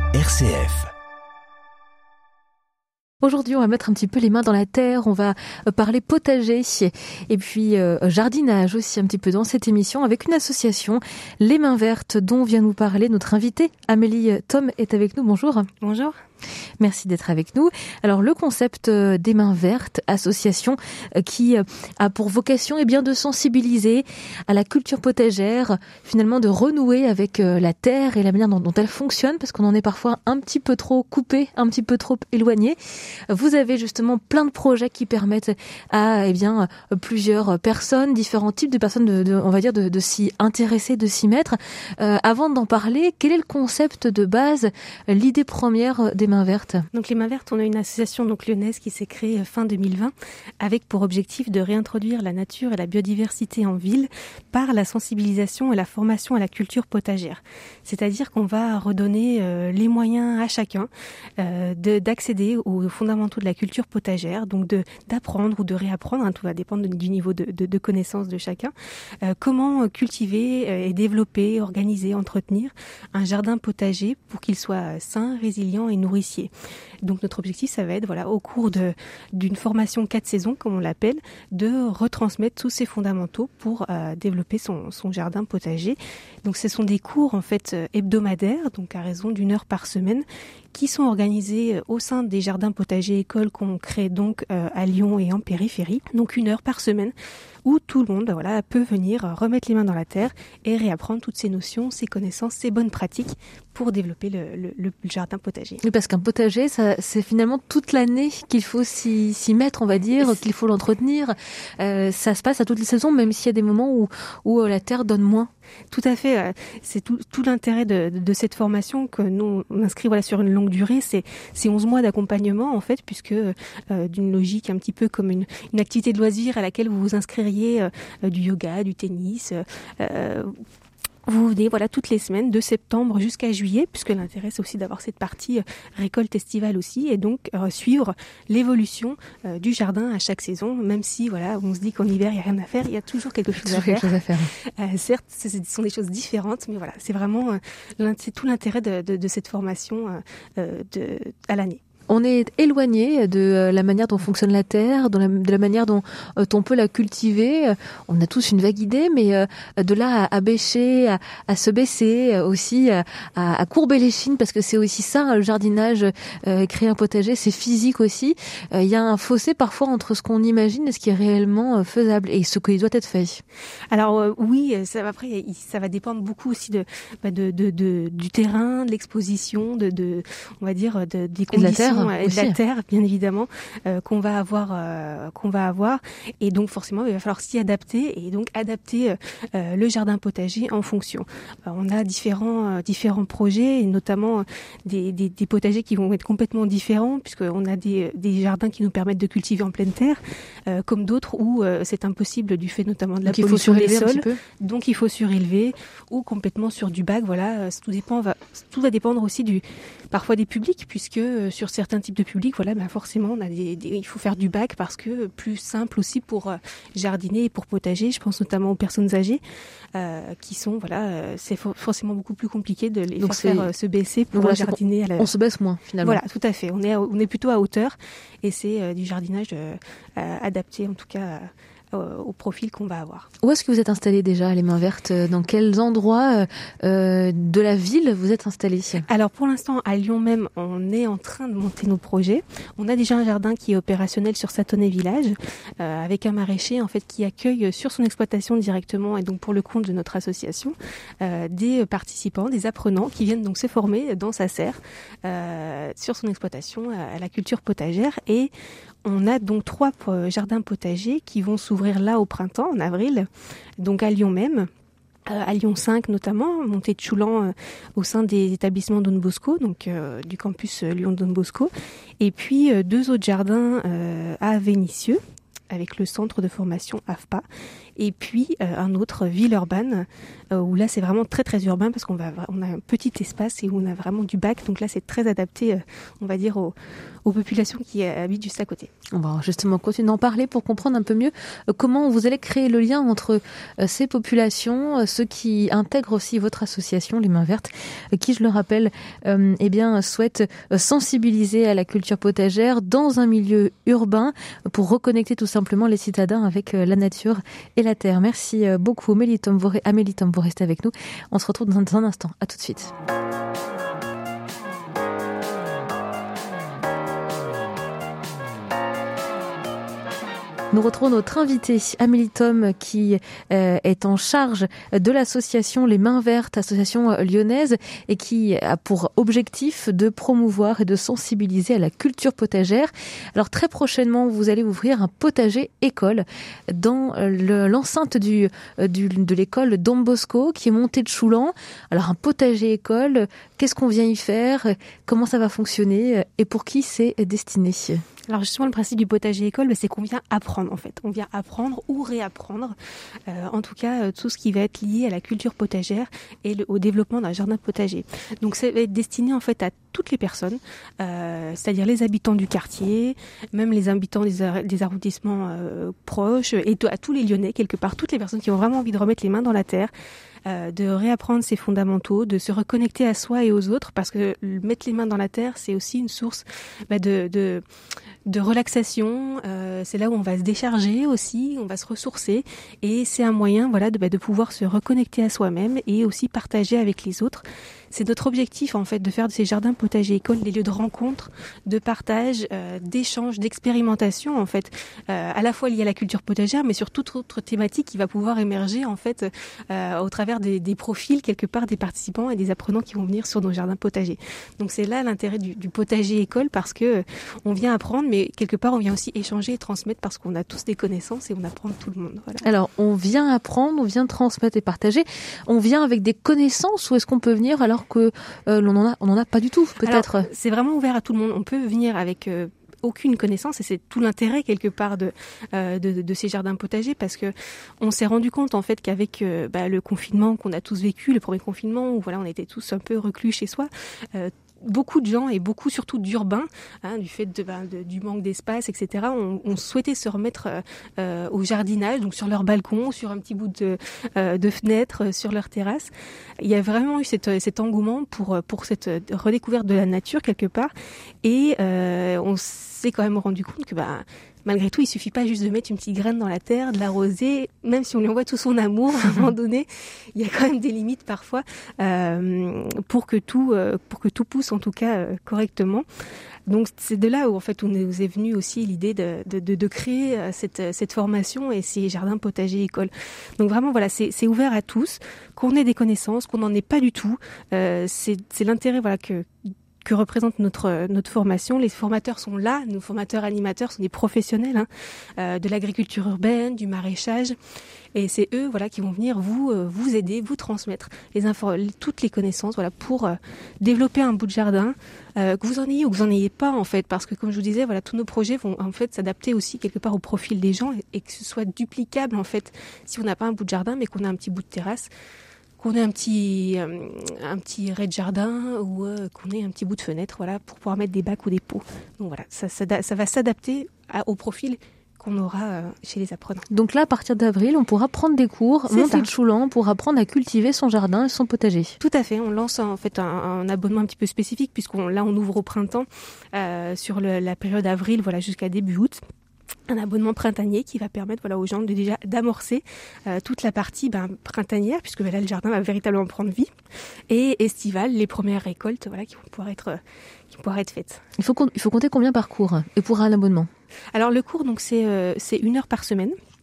RCF. Aujourd'hui, on va mettre un petit peu les mains dans la terre, on va parler potager et puis jardinage aussi un petit peu dans cette émission avec une association, Les Mains Vertes, dont vient nous parler notre invitée Amélie Thom est avec nous. Bonjour. Bonjour. Merci d'être avec nous. Alors le concept des Mains Vertes, association qui a pour vocation de sensibiliser à la culture potagère, finalement de renouer avec la terre et la manière dont elle fonctionne, parce qu'on en est parfois un petit peu trop coupé, un petit peu trop éloigné. Vous avez justement plein de projets qui permettent à plusieurs personnes, différents types de personnes de s'y intéresser, de s'y mettre. Avant d'en parler, quel est le concept de base, l'idée première des Mains Vertes? Donc les Mains Vertes, on a une association lyonnaise qui s'est créée fin 2020 avec pour objectif de réintroduire la nature et la biodiversité en ville par la sensibilisation et la formation à la culture potagère. C'est-à-dire qu'on va redonner les moyens à chacun d'accéder aux fondamentaux de la culture potagère, donc d'apprendre ou de réapprendre, tout va dépendre du niveau de connaissance de chacun, comment cultiver et développer, organiser, entretenir un jardin potager pour qu'il soit sain, résilient et nourricier. Donc notre objectif, ça va être, au cours d'une formation 4 saisons, comme on l'appelle, de retransmettre tous ces fondamentaux pour développer son jardin potager. Donc ce sont des cours en fait hebdomadaires, donc à raison d'1 heure par semaine, qui sont organisés au sein des jardins potagers écoles qu'on crée donc à Lyon et en périphérie. Donc 1 heure par semaine où tout le monde peut venir remettre les mains dans la terre et réapprendre toutes ces notions, ces connaissances, ces bonnes pratiques pour développer le jardin potager. Oui, parce qu'un potager, c'est finalement toute l'année qu'il faut s'y mettre, on va dire, qu'il faut l'entretenir. Ça se passe à toutes les saisons, même s'il y a des moments où la terre donne moins. Tout à fait. C'est tout l'intérêt de cette formation que nous on inscrit sur une longue durée. C'est 11 mois d'accompagnement en fait, puisque d'une logique un petit peu comme une activité de loisir à laquelle vous vous inscririez du yoga, du tennis. Vous venez toutes les semaines de septembre jusqu'à juillet, puisque l'intérêt c'est aussi d'avoir cette partie récolte estivale aussi, et donc suivre l'évolution du jardin à chaque saison, même si on se dit qu'en hiver il n'y a rien à faire, il y a toujours quelque chose à faire. Certes, ce sont des choses différentes, mais c'est vraiment c'est tout l'intérêt de cette formation à l'année. On est éloigné de la manière dont fonctionne la terre, de la manière dont on peut la cultiver. On a tous une vague idée, mais de là à bêcher, à se baisser, aussi à courber les chines, parce que c'est aussi ça, le jardinage, créer un potager, c'est physique aussi. Il y a un fossé parfois entre ce qu'on imagine et ce qui est réellement faisable et ce qui doit être fait. Alors oui, après ça va dépendre beaucoup aussi du terrain, de l'exposition, on va dire des conditions. Et de la terre, bien évidemment, qu'on va avoir, et donc forcément il va falloir s'y adapter et donc adapter le jardin potager en fonction. On a différents projets, et notamment des potagers qui vont être complètement différents, puisqu'on a des jardins qui nous permettent de cultiver en pleine terre, comme d'autres où c'est impossible du fait notamment de la pollution des sols, donc il faut surélever, ou complètement sur du bac. Tout va dépendre aussi parfois des publics, puisque sur certains types de publics, forcément, on a il faut faire du bac parce que plus simple aussi pour jardiner et pour potager. Je pense notamment aux personnes âgées qui sont, c'est forcément beaucoup plus compliqué de les faire se baisser pour jardiner. On se baisse moins finalement. Voilà, tout à fait. On est plutôt à hauteur, et c'est du jardinage adapté en tout cas au profil qu'on va avoir. Où est-ce que vous êtes installés déjà, les Mains Vertes? Dans quels endroits de la ville vous êtes installés? Alors pour l'instant, à Lyon même, on est en train de monter nos projets. On a déjà un jardin qui est opérationnel sur Satonnet Village, avec un maraîcher en fait qui accueille sur son exploitation directement, et donc pour le compte de notre association, des participants, des apprenants qui viennent donc se former dans sa serre sur son exploitation à la culture potagère. Et on a donc 3 jardins potagers qui vont s'ouvrir là au printemps, en avril, donc à Lyon même. À Lyon 5 notamment, montée de Choulan au sein des établissements Don Bosco, donc du campus Lyon Don Bosco. Et puis 2 autres jardins à Vénissieux, avec le centre de formation AFPA. Et puis un autre, Villeurbanne, où là c'est vraiment très très urbain parce qu'on a un petit espace et où on a vraiment du bac. Donc là c'est très adapté, on va dire, aux populations qui habitent juste à côté. On va justement continuer d'en parler pour comprendre un peu mieux comment vous allez créer le lien entre ces populations, ceux qui intègrent aussi votre association, les Mains Vertes, qui, je le rappelle, souhaite sensibiliser à la culture potagère dans un milieu urbain pour reconnecter tout simplement les citadins avec la nature et la terre. Merci beaucoup Amélie Thom, vous restez avec nous. On se retrouve dans un instant. À tout de suite. Nous retrouvons notre invitée Amélie Thom qui est en charge de l'association Les Mains Vertes, association lyonnaise, et qui a pour objectif de promouvoir et de sensibiliser à la culture potagère. Alors très prochainement, vous allez ouvrir un potager école dans l'enceinte de l'école Don Bosco qui est montée de Choulan. Alors un potager école, qu'est-ce qu'on vient y faire? Comment ça va fonctionner? Et pour qui c'est destiné? Alors justement, le principe du potager école, c'est qu'on vient apprendre en fait. On vient apprendre ou réapprendre, en tout cas tout ce qui va être lié à la culture potagère et au développement d'un jardin potager. Donc ça va être destiné en fait à toutes les personnes, c'est-à-dire les habitants du quartier, même les habitants des arrondissements proches et à tous les Lyonnais quelque part, toutes les personnes qui ont vraiment envie de remettre les mains dans la terre. De réapprendre ses fondamentaux, de se reconnecter à soi et aux autres, parce que mettre les mains dans la terre, c'est aussi une source de relaxation. C'est là où on va se décharger aussi, on va se ressourcer, et c'est un moyen, de pouvoir se reconnecter à soi-même et aussi partager avec les autres. C'est notre objectif en fait de faire de ces jardins potagers écoles des lieux de rencontre, de partage, d'échange, d'expérimentation en fait, à la fois liés à la culture potagère, mais sur toute autre thématique qui va pouvoir émerger en fait au travers des profils quelque part des participants et des apprenants qui vont venir sur nos jardins potagers. Donc c'est là l'intérêt du potager école, parce que on vient apprendre, mais quelque part on vient aussi échanger et transmettre, parce qu'on a tous des connaissances et on apprend de tout le monde. Voilà. Alors on vient apprendre, on vient transmettre et partager. On vient avec des connaissances, ou est-ce qu'on peut venir alors que on en a pas du tout peut-être? Alors, c'est vraiment ouvert à tout le monde. On peut venir avec aucune connaissance, et c'est tout l'intérêt quelque part de ces jardins potagers, parce que on s'est rendu compte en fait qu'avec le confinement qu'on a tous vécu, le premier confinement où on était tous un peu reclus chez soi, beaucoup de gens, et beaucoup surtout d'urbains, du fait du manque d'espace, etc., ont souhaité se remettre au jardinage, donc sur leur balcon, sur un petit bout de fenêtre, sur leur terrasse. Il y a vraiment eu cet engouement pour cette redécouverte de la nature quelque part, et on s'est quand même rendu compte que malgré tout, il suffit pas juste de mettre une petite graine dans la terre, de l'arroser, même si on lui envoie tout son amour, à un moment donné, il y a quand même des limites parfois pour que tout pousse en tout cas correctement. Donc c'est de là où en fait on nous est venu aussi l'idée de créer cette formation et ces jardins potagers écoles. Donc vraiment c'est ouvert à tous, qu'on ait des connaissances, qu'on n'en ait pas du tout. C'est l'intérêt que représente notre formation. Les formateurs sont là, nos formateurs animateurs sont des professionnels de l'agriculture urbaine, du maraîchage, et c'est eux qui vont venir vous aider, vous transmettre toutes les connaissances pour développer un bout de jardin, que vous en ayez ou que vous en ayez pas en fait, parce que comme je vous disais, tous nos projets vont en fait s'adapter aussi quelque part au profil des gens, et que ce soit duplicable en fait si on n'a pas un bout de jardin mais qu'on a un petit bout de terrasse, qu'on ait un petit raie de jardin, ou qu'on ait un petit bout de fenêtre, pour pouvoir mettre des bacs ou des pots. Donc ça va s'adapter au profil qu'on aura chez les apprenants. Donc là, à partir d'avril, on pourra prendre des cours, monter de Choulan pour apprendre à cultiver son jardin et son potager. Tout à fait. On lance en fait un abonnement un petit peu spécifique, puisqu'on ouvre au printemps sur la période avril, jusqu'à début août. Un abonnement printanier qui va permettre aux gens d'amorcer toute la partie printanière, puisque là le jardin va véritablement prendre vie, et estivale, les premières récoltes qui vont pouvoir être faites. Il faut compter combien par cours et pour un abonnement? Alors le cours c'est 1 heure par semaine.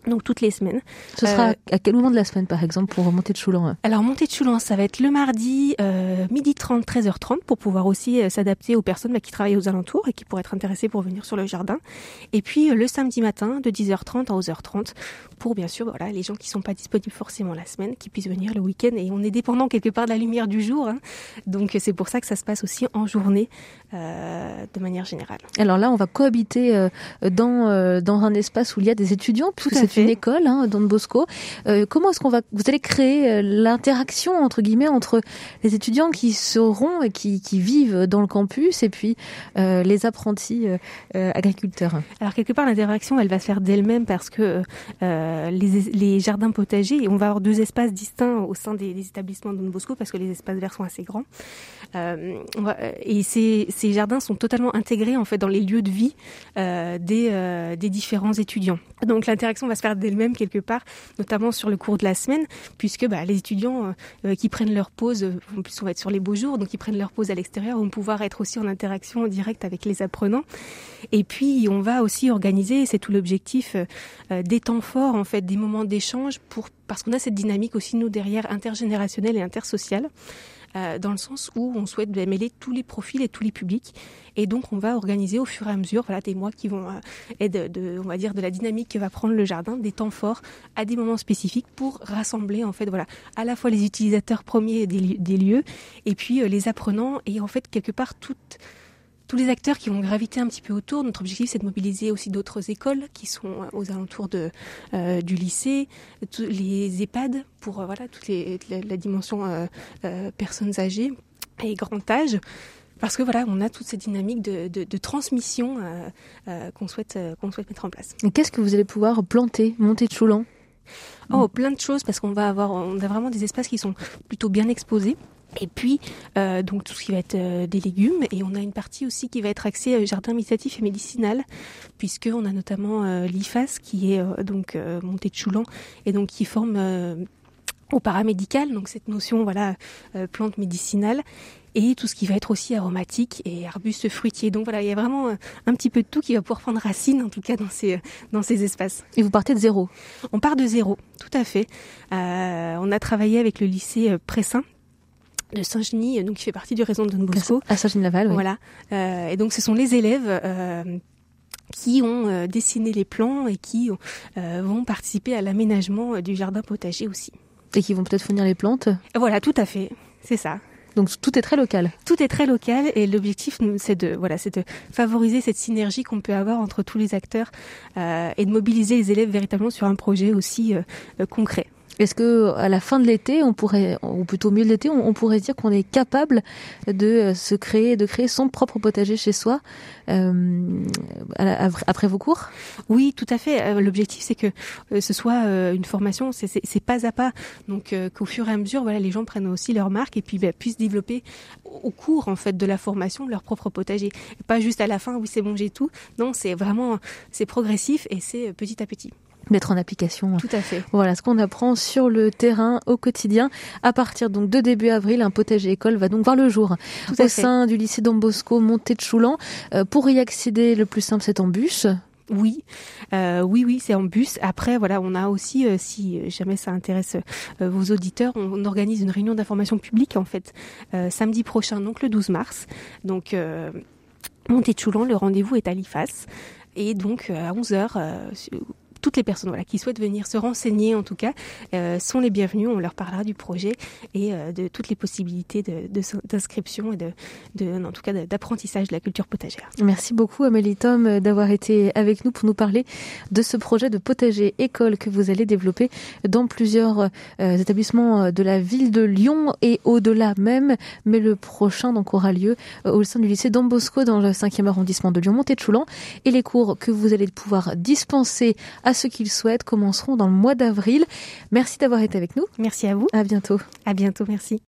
Donc toutes les semaines. Ce sera à quel moment de la semaine, par exemple, pour Montée-de-Choulan? Alors Montée-de-Choulan, ça va être le mardi 12h30, 13h30 pour pouvoir aussi s'adapter aux personnes qui travaillent aux alentours et qui pourraient être intéressées pour venir sur le jardin. Et puis le samedi matin de 10h30 à 11h30 pour bien sûr les gens qui sont pas disponibles forcément la semaine, qui puissent venir le week-end. Et on est dépendant quelque part de la lumière du jour. Donc c'est pour ça que ça se passe aussi en journée de manière générale. Alors là, on va cohabiter dans un espace où il y a des étudiants, puisque c'est une école, Don Bosco. Comment est-ce vous allez créer l'interaction entre guillemets entre les étudiants qui seront et qui vivent dans le campus et puis les apprentis agriculteurs? Alors quelque part, l'interaction, elle va se faire d'elle-même parce que les jardins potagers, on va avoir 2 espaces distincts au sein des établissements Don Bosco parce que les espaces verts sont assez grands. Et ces jardins sont totalement intégrés en fait dans les lieux de vie des différents étudiants. Donc l'interaction va se faire d'elle-même quelque part, notamment sur le cours de la semaine, puisque les étudiants qui prennent leur pause, en plus on va être sur les beaux jours, donc ils prennent leur pause à l'extérieur, vont pouvoir être aussi en interaction directe avec les apprenants. Et puis on va aussi organiser, c'est tout l'objectif, des temps forts en fait, des moments d'échange parce qu'on a cette dynamique aussi nous derrière intergénérationnelle et intersociale. Dans le sens où on souhaite mêler tous les profils et tous les publics. Et donc, on va organiser au fur et à mesure des mois qui vont être on va dire, de la dynamique que va prendre le jardin, des temps forts à des moments spécifiques pour rassembler, en fait, à la fois les utilisateurs premiers des lieux et puis les apprenants et, en fait, quelque part, tous les acteurs qui vont graviter un petit peu autour. Notre objectif, c'est de mobiliser aussi d'autres écoles qui sont aux alentours du lycée, les EHPAD pour toute la dimension personnes âgées et grand âge. Parce que on a toute cette dynamique de transmission qu'on souhaite mettre en place. Et qu'est-ce que vous allez pouvoir planter, Montée-de-Choulan? Plein de choses, parce on a vraiment des espaces qui sont plutôt bien exposés. Et puis, donc tout ce qui va être des légumes. Et on a une partie aussi qui va être axée jardin méditatif et médicinal, puisqu'on a notamment l'IFAS qui est Montée-de-Choulan et donc qui forme au paramédical, donc cette notion plante médicinale. Et tout ce qui va être aussi aromatique et arbustes fruitiers. Donc il y a vraiment un petit peu de tout qui va pouvoir prendre racine, en tout cas dans ces espaces. Et vous partez de zéro? On part de zéro, tout à fait. On a travaillé avec le lycée Pressin de Saint-Genis, donc qui fait partie du réseau de Don Bosco. À Saint-Genis-Laval, oui. Voilà. Et donc ce sont les élèves qui ont dessiné les plans et qui vont participer à l'aménagement du jardin potager aussi. Et qui vont peut-être fournir les plantes? Voilà, tout à fait, c'est ça. Donc tout est très local. Tout est très local et l'objectif c'est de favoriser cette synergie qu'on peut avoir entre tous les acteurs et de mobiliser les élèves véritablement sur un projet aussi concret. Est-ce que à la fin de l'été, ou plutôt au milieu de l'été, on pourrait dire qu'on est capable de créer son propre potager chez soi après vos cours? Oui, tout à fait. L'objectif, c'est que ce soit une formation, c'est pas à pas. Donc qu'au fur et à mesure, les gens prennent aussi leur marque et puis puissent développer au cours en fait de la formation leur propre potager. Et pas juste à la fin, oui c'est bon j'ai tout. Non, c'est progressif et c'est petit à petit. Mettre en application. Tout à fait. Voilà ce qu'on apprend sur le terrain au quotidien. À partir donc de début avril, un potager école va donc voir le jour au sein du lycée Don Bosco Montée-de-Choulan. Pour y accéder, le plus simple, c'est en bus. Oui, c'est en bus. Après, on a aussi, si jamais ça intéresse vos auditeurs, on organise une réunion d'information publique en fait samedi prochain, donc le 12 mars. Donc Montée-de-Choulan, le rendez-vous est à l'IFAS et donc à 11h. Toutes les personnes qui souhaitent venir se renseigner, en tout cas, sont les bienvenues. On leur parlera du projet et de toutes les possibilités d'inscription et en tout cas d'apprentissage de la culture potagère. Merci beaucoup Amélie Thom d'avoir été avec nous pour nous parler de ce projet de potager école que vous allez développer dans plusieurs établissements de la ville de Lyon et au-delà même. Mais le prochain donc aura lieu au sein du lycée Don Bosco dans le 5e arrondissement de Lyon, Montée-de-Choulan. Et les cours que vous allez pouvoir dispenser à ceux qui le souhaitent commenceront dans le mois d'avril. Merci d'avoir été avec nous. Merci à vous. À bientôt. À bientôt, merci.